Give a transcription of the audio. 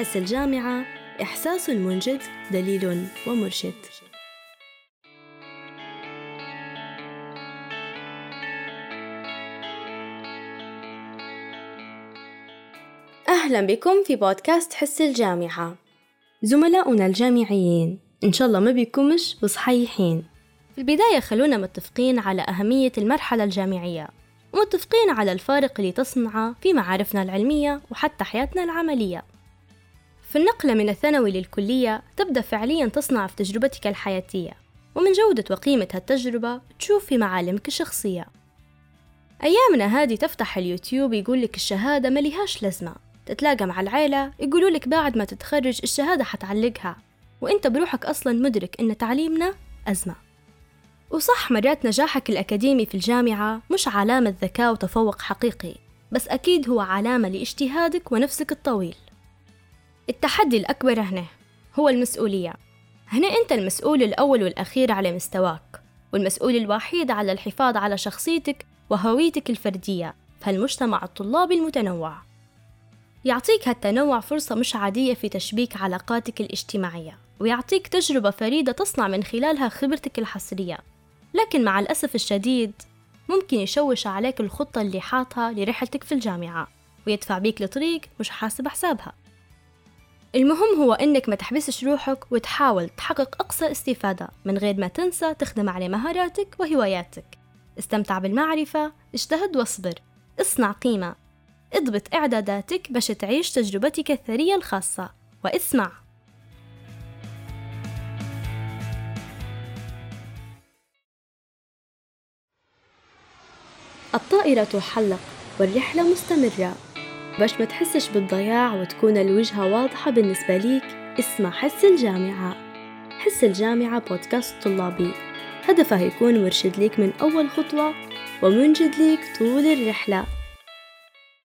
حس الجامعة إحساس منجد، دليل ومرشد. أهلا بكم في بودكاست حس الجامعة. زملاؤنا الجامعيين إن شاء الله ما بيكمش بصحيحين. في البداية خلونا متفقين على أهمية المرحلة الجامعية، ومتفقين على الفارق اللي تصنعه في معارفنا العلمية وحتى حياتنا العملية. في النقلة من الثانوي للكلية تبدأ فعلياً تصنع في تجربتك الحياتية، ومن جودة وقيمة هالتجربة تشوف في معالمك الشخصية. أيامنا هذه تفتح اليوتيوب يقولك الشهادة مليهاش لازمة، تتلاقى مع العيلة يقولولك بعد ما تتخرج الشهادة حتعلقها، وإنت بروحك أصلاً مدرك إن تعليمنا أزمة. وصح مرات نجاحك الأكاديمي في الجامعة مش علامة ذكاء وتفوق حقيقي، بس أكيد هو علامة لاجتهادك ونفسك الطويل. التحدي الأكبر هنا هو المسؤولية. هنا أنت المسؤول الأول والأخير على مستواك، والمسؤول الوحيد على الحفاظ على شخصيتك وهويتك الفردية في هالمجتمع الطلابي المتنوع. يعطيك هالتنوع فرصة مش عادية في تشبيك علاقاتك الاجتماعية، ويعطيك تجربة فريدة تصنع من خلالها خبرتك الحصرية. لكن مع الأسف الشديد ممكن يشوش عليك الخطة اللي حاطها لرحلتك في الجامعة، ويدفع بيك لطريق مش حاسب حسابها. المهم هو إنك ما تحبسش روحك، وتحاول تحقق أقصى استفادة من غير ما تنسى تخدم على مهاراتك وهواياتك. استمتع بالمعرفة، اجتهد واصبر، اصنع قيمة، اضبط إعداداتك باش تعيش تجربتك الثرية الخاصة. واسمع، الطائرة تحلق والرحلة مستمرة. باش ما تحسش بالضياع وتكون الوجهة واضحة بالنسبة ليك، اسمع حس الجامعة. حس الجامعة بودكاست طلابي هدفه يكون مرشد ليك من أول خطوة ومنجد ليك طول الرحلة.